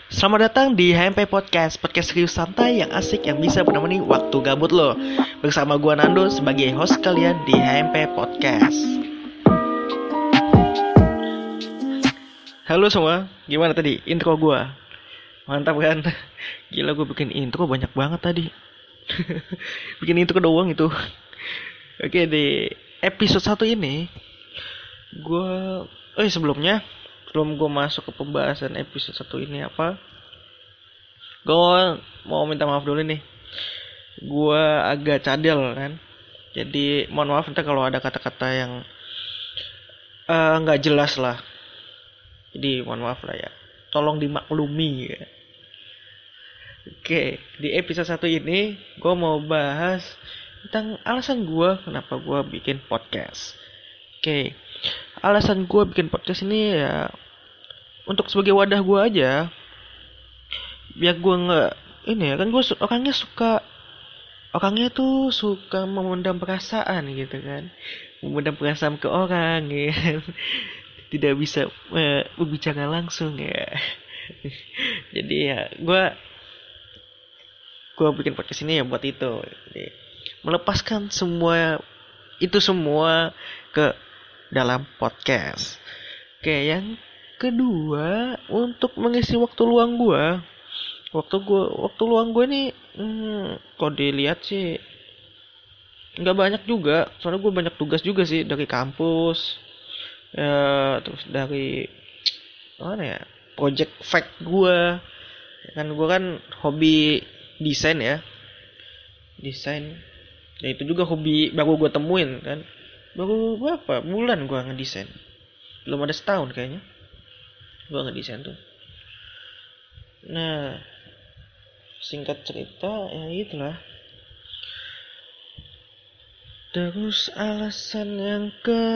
Selamat datang di HMP Podcast, podcast serius santai yang asik yang bisa menemani waktu gabut lo. Bersama gua Nando sebagai host kalian di HMP Podcast. Halo semua, gimana tadi intro gua? Mantap kan? Gila, gua bikin intro banyak banget tadi. Bikin intro doang itu. Oke, di episode 1 ini gua sebelum gue masuk ke pembahasan episode 1 ini gue mau minta maaf dulu nih. Gue agak cadel kan, jadi mohon maaf nanti kalau ada kata-kata yang nggak jelas lah. Jadi mohon maaf lah ya, tolong dimaklumi ya. Oke, di episode 1 ini gue mau bahas tentang alasan gue kenapa gue bikin podcast. Oke, alasan gue bikin podcast ini ya untuk sebagai wadah gue aja, biar gue nggak ini ya kan, gue orangnya tuh suka memendam perasaan gitu kan, memendam perasaan ke orang ya kan? Tidak bisa berbicara langsung ya. Jadi ya gue bikin podcast ini ya buat itu. Jadi, melepaskan semua ke dalam podcast. Oke, yang kedua, untuk mengisi waktu luang gue. Waktu luang gue nih, kalau dilihat sih nggak banyak juga, soalnya gue banyak tugas juga sih dari kampus, ya, terus dari mana ya, project fact gue. Gue kan hobi desain ya, ya itu juga hobi baru gue temuin kan, baru berapa bulan gue ngedesain, belum ada setahun kayaknya gue ngedesain tuh. Nah, singkat cerita ya itulah. Terus alasan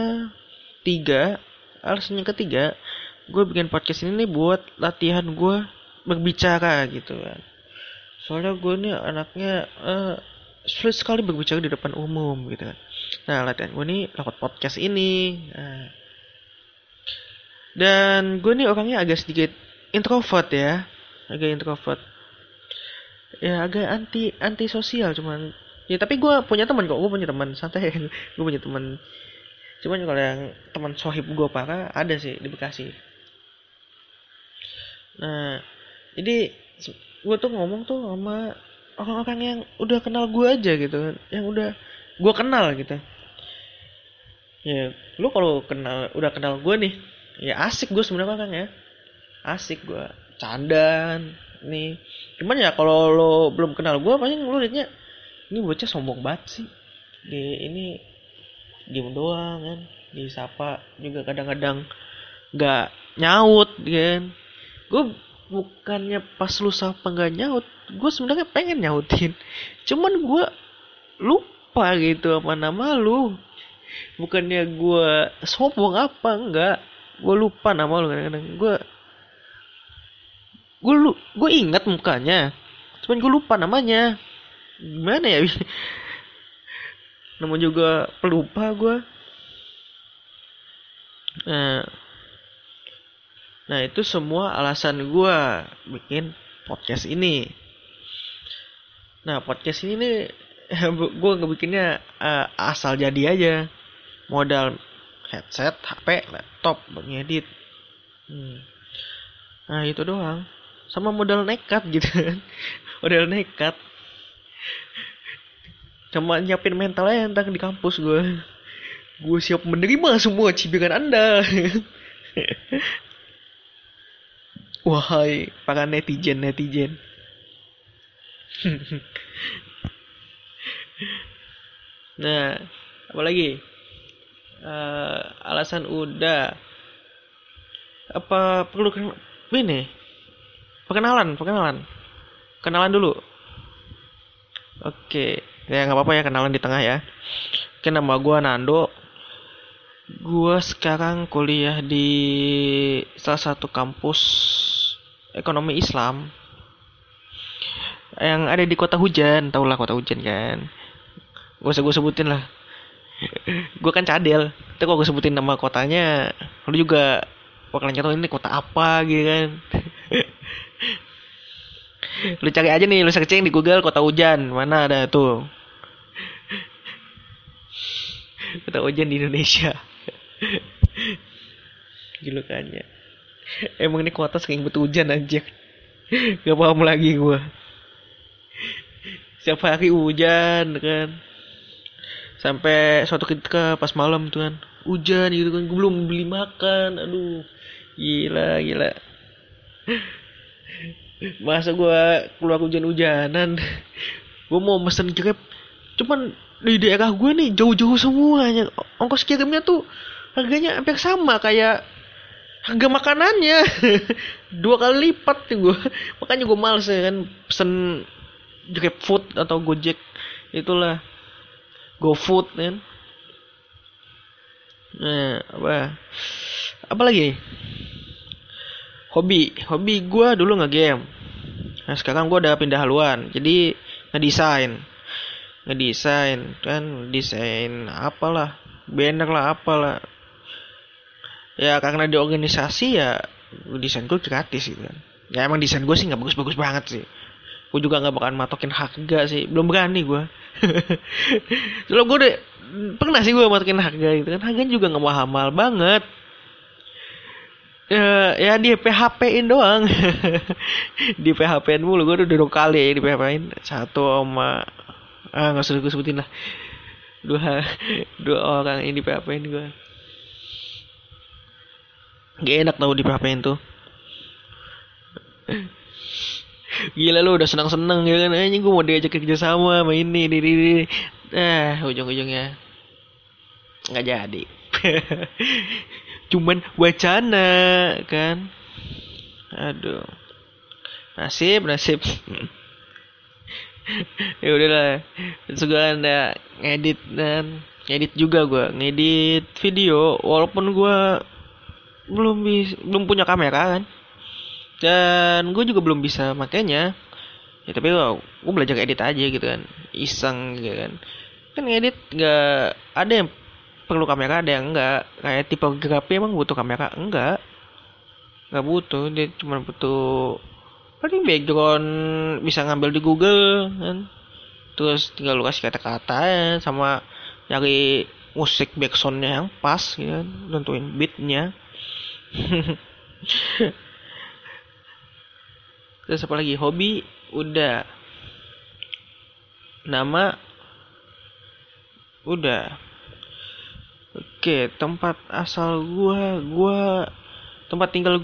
yang ketiga, gue bikin podcast ini nih buat latihan gue berbicara gitu kan. Soalnya gue nih anaknya sulit sekali berbicara di depan umum gitu kan. Nah, latihan gue nih lewat podcast ini. Nah, dan gue nih orangnya agak sedikit introvert ya, agak anti sosial, cuman ya tapi gue punya teman santai. Gue punya teman, cuman kalau yang teman sohib gue parah ada sih di Bekasi. Nah, jadi gue tuh ngomong tuh sama orang-orang yang udah kenal gue aja gitu, yang udah gue kenal gitu ya. Lu kalau udah kenal gue nih, ya asik gue sebenarnya kan ya, asik gue candaan nih. Cuman ya kalau lo belum kenal gue, pasti lo liatnya ini bocah sombong banget sih, ini diem doang kan, disapa juga kadang-kadang nggak nyaut kan. Gue bukannya pas lu sapa nggak nyaut, gue sebenarnya pengen nyautin, cuman gue lupa gitu apa nama lu. Bukannya gue sombong apa, enggak, gue lupa nama lu. Kadang-kadang gue ingat mukanya, cuman gue lupa namanya. Gimana ya, nama juga pelupa gue. Nah, itu semua alasan gue bikin podcast ini. Nah, podcast ini nih gue ngebikinnya asal jadi aja, modal headset, HP, laptop buat ngedit. Nah, itu doang, sama modal nekat gitu kan. Modal nekat, cuma nyiapin mentalnya tentang di kampus gue siap menerima semua cibiran anda. Wahai para netizen. Nah, apalagi alasan udah, apa perlu ini kenalan dulu. Oke, ya nggak apa-apa ya, kenalan di tengah ya. Oke, nama gue Nando. Gue sekarang kuliah di salah satu kampus ekonomi Islam yang ada di Kota Hujan. Tau lah Kota Hujan kan, gak usah gue sebutin lah. Gue kan cadel, tapi kalau gue sebutin nama kotanya, lu juga bakalan tahu ini kota apa gitu kan. Lu cari aja nih, lu searching di Google kota hujan, mana ada tuh kota hujan di Indonesia. Gitu kan ya. Emang ini kota sering betul hujan aja. Gak paham lagi gua. Setiap hari hujan kan. Sampai suatu ketika pas malam tuh kan hujan gitu kan, gue belum beli makan. Aduh, gila. Masa gua keluar hujan-hujanan. Gua mau mesen Grab, cuman di daerah gue nih jauh-jauh semuanya. Ongkos kirimnya tuh harganya hampir sama kayak harga makanannya. 2 kali lipat nih gue. Makanya gue males ya kan pesen Grab Food atau Gojek, itulah GoFood kan. Nah, apa lagi? Hobi gue dulu nge-game. Nah sekarang gue udah pindah haluan, jadi ngedesain kan, desain apalah, banner lah apalah. Ya karena di organisasi ya desain gue gratis gitu kan. Ya emang desain gue sih nggak bagus-bagus banget sih. Gue juga nggak bakalan matokin harga sih, belum berani gue. Soalnya gue udah pernah sih gue matokin harga gitu kan, harganya juga nggak mahal banget. Ya di PHP-in doang. Di PHP-in mulu, gue udah 2 kali di PHP-in. Satu sama nggak usah gue sebutin lah. Dua orang ini di PHP-in gue. Gak enak tau di PHP-in tuh. Gila lu udah senang-senang ya kan, gue mau diajak kerja sama ini. Ujung-ujungnya nggak jadi. Cuman wacana kan. Aduh, nasib. Ya udahlah, segala anda ngedit juga gue ngedit video, walaupun gue belum punya kamera kan, dan gue juga belum bisa makanya ya, tapi gue belajar edit aja gitu kan, iseng gitu kan ngedit nggak ada yang perlu kamera, ada yang enggak. Kayak tipografi emang butuh kamera? Enggak butuh, dia cuma butuh paling background bisa ngambil di Google kan, terus tinggal lu kasih kata-kata ya, sama nyari musik backsoundnya yang pas gitu kan, tentuin beatnya. Terus apa lagi? Hobi udah, nama udah. Oke, tempat asal tempat tinggal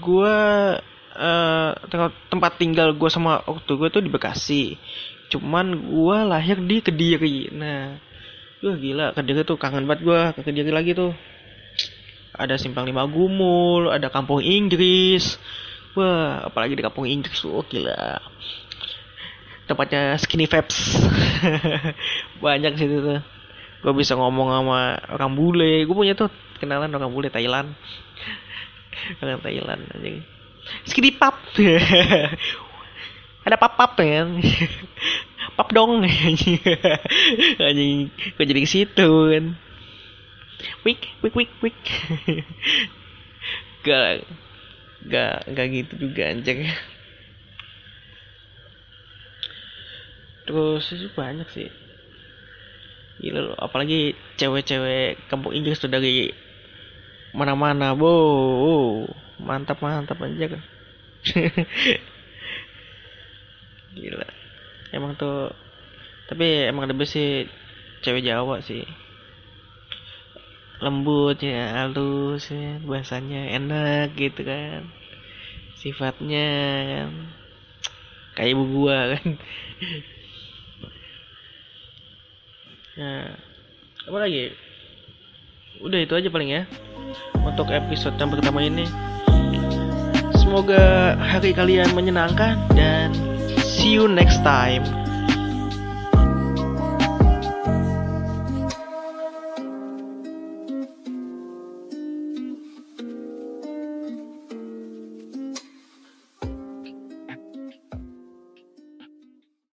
tempat tinggal gua sama ortu gua tuh di Bekasi. Cuman gua lahir di Kediri. Nah, gila, Kediri tuh kangen banget gua ke Kediri lagi tuh. Ada Simpang 5 Gumul, ada Kampung Inggris. Wah, apalagi di Kampung Inggris tuh gila. Tempatnya skinny vibes. Banyak sih tuh. Gue bisa ngomong sama orang bule. Gue punya tuh kenalan orang bule Thailand. Orang Thailand anjing. Skinny pap. Ada pap kan. Pap dong. Anjing, gue jadi ke situ kan. Wik. Gak gitu juga anjing. Terus itu banyak sih. Gila loh, apalagi cewek-cewek Kampung Inggris tuh dari mana-mana, mantap aja kan. Gila, emang tuh, tapi emang lebih sih cewek Jawa sih, lembut ya, halus ya, bahasanya enak gitu kan, sifatnya kan kayak ibu gua kan. Nah, apa lagi? Udah itu aja paling ya untuk episode yang pertama ini. Semoga hari kalian menyenangkan dan see you next time.